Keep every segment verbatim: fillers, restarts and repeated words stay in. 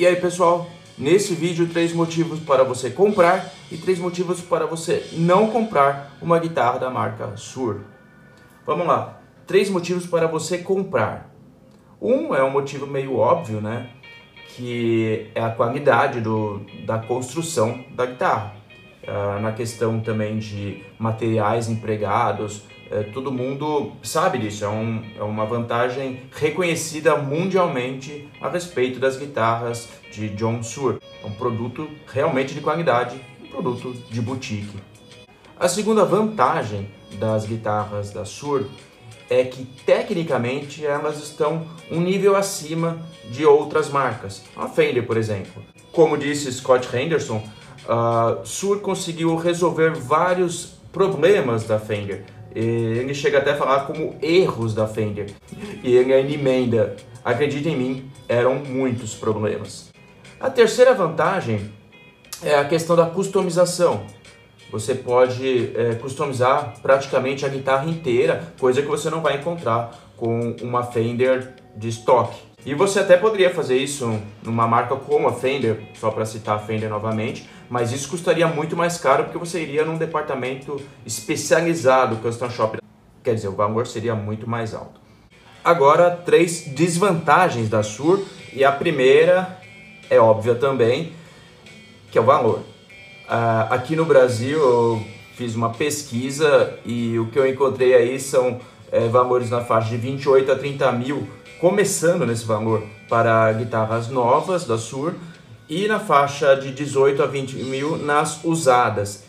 E aí pessoal, nesse vídeo três motivos para você comprar e três motivos para você não comprar uma guitarra da marca Shure. Vamos lá, três motivos para você comprar. Um é um motivo meio óbvio, né? Que é a qualidade do, da construção da guitarra. Uh, na questão também de materiais empregados, uh, todo mundo sabe disso, é, um, é uma vantagem reconhecida mundialmente a respeito das guitarras de John Shure. É um produto realmente de qualidade, um produto de boutique. A segunda vantagem das guitarras da Shure é que tecnicamente elas estão um nível acima de outras marcas. A Fender, por exemplo. Como disse Scott Henderson, a Shure conseguiu resolver vários problemas da Fender. Ele chega até a falar como erros da Fender. E ele ainda emenda. Acredita em mim, eram muitos problemas. A terceira vantagem é a questão da customização. Você pode é, customizar praticamente a guitarra inteira, coisa que você não vai encontrar com uma Fender de estoque. E você até poderia fazer isso numa marca como a Fender, só para citar a Fender novamente, mas isso custaria muito mais caro porque você iria num departamento especializado Custom Shop. Quer dizer, o valor seria muito mais alto. Agora, três desvantagens da Shure, e a primeira é óbvia também, que é o valor. Uh, aqui no Brasil eu fiz uma pesquisa e o que eu encontrei aí são é, valores na faixa de vinte e oito a trinta mil, começando nesse valor para guitarras novas da Shure e na faixa de dezoito a vinte mil nas usadas.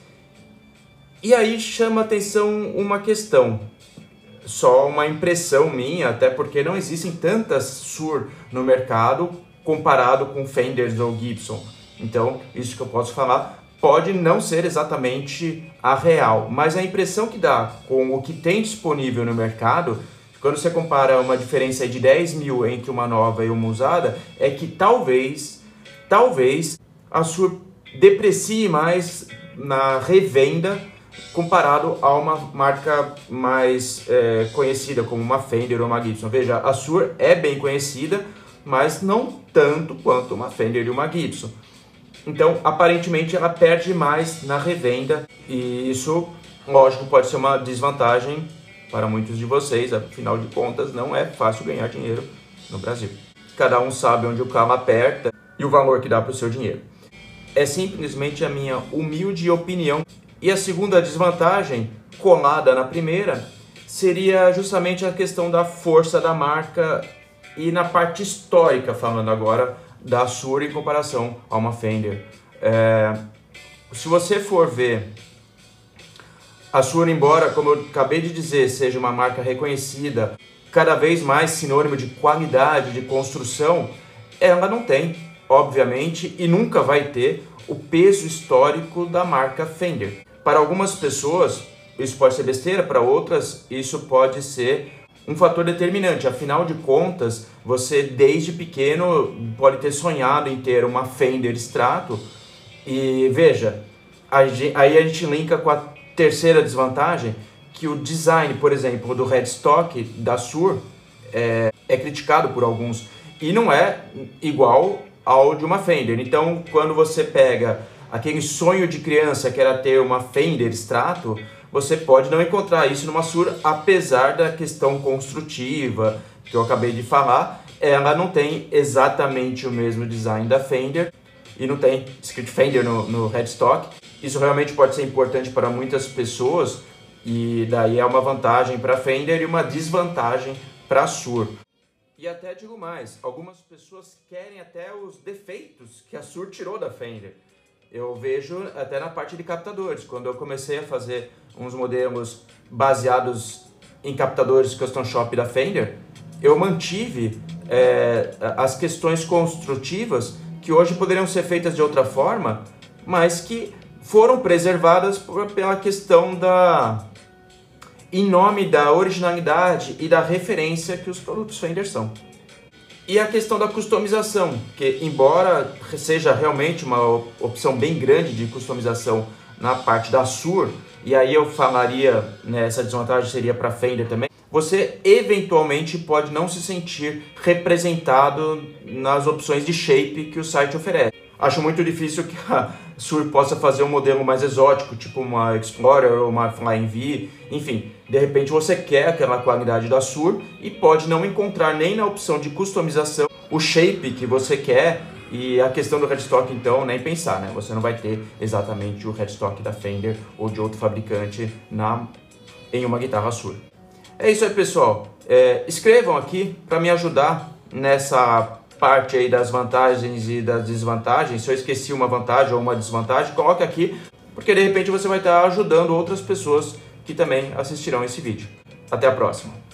E aí chama atenção uma questão, só uma impressão minha, até porque não existem tantas Shure no mercado comparado com Fenders ou Gibson. Então, isso que eu posso falar pode não ser exatamente a real, mas a impressão que dá com o que tem disponível no mercado, quando você compara uma diferença de dez mil entre uma nova e uma usada, é que talvez, talvez a Shure deprecie mais na revenda comparado a uma marca mais é, conhecida como uma Fender ou uma Gibson. Veja, a Shure é bem conhecida, mas não tanto quanto uma Fender e uma Gibson. Então, aparentemente, ela perde mais na revenda e isso, lógico, pode ser uma desvantagem para muitos de vocês. Afinal de contas, não é fácil ganhar dinheiro no Brasil. Cada um sabe onde o calo aperta e o valor que dá para o seu dinheiro. É simplesmente a minha humilde opinião. E a segunda desvantagem, colada na primeira, seria justamente a questão da força da marca e na parte histórica, falando agora da Shure em comparação a uma Fender. É, se você for ver, a Shure, embora, como eu acabei de dizer, seja uma marca reconhecida, cada vez mais sinônimo de qualidade, de construção, ela não tem, obviamente, e nunca vai ter o peso histórico da marca Fender. Para algumas pessoas, isso pode ser besteira, para outras, isso pode ser um fator determinante. Afinal de contas, você desde pequeno pode ter sonhado em ter uma Fender Strato e veja, aí a gente linka com a terceira desvantagem, que o design, por exemplo, do headstock da Shure é, é criticado por alguns e não é igual ao de uma Fender. Então, quando você pega aquele sonho de criança que era ter uma Fender Strato, você pode não encontrar isso numa Shure, apesar da questão construtiva que eu acabei de falar. Ela não tem exatamente o mesmo design da Fender e não tem escrito Fender no, no headstock. Isso realmente pode ser importante para muitas pessoas e daí é uma vantagem para a Fender e uma desvantagem para a Shure. E até digo mais, algumas pessoas querem até os defeitos que a Shure tirou da Fender. Eu vejo até na parte de captadores. Quando eu comecei a fazer uns modelos baseados em captadores Custom Shop da Fender, eu mantive é, as questões construtivas que hoje poderiam ser feitas de outra forma, mas que foram preservadas por, pela questão da... em nome da originalidade e da referência que os produtos Fender são. E a questão da customização, que embora seja realmente uma opção bem grande de customização na parte da Shure, e aí eu falaria, né, essa desvantagem seria para Fender também, você eventualmente pode não se sentir representado nas opções de shape que o site oferece. Acho muito difícil que a Sur possa fazer um modelo mais exótico, tipo uma Explorer ou uma Flying V. Enfim, de repente você quer aquela qualidade da Sur e pode não encontrar nem na opção de customização o shape que você quer. E a questão do headstock, então, nem pensar, né? Você não vai ter exatamente o headstock da Fender ou de outro fabricante na, em uma guitarra Sur. É isso aí, pessoal. É, escrevam aqui para me ajudar nessa parte aí das vantagens e das desvantagens. Se eu esqueci uma vantagem ou uma desvantagem, coloque aqui, porque de repente você vai estar ajudando outras pessoas que também assistirão esse vídeo. Até a próxima!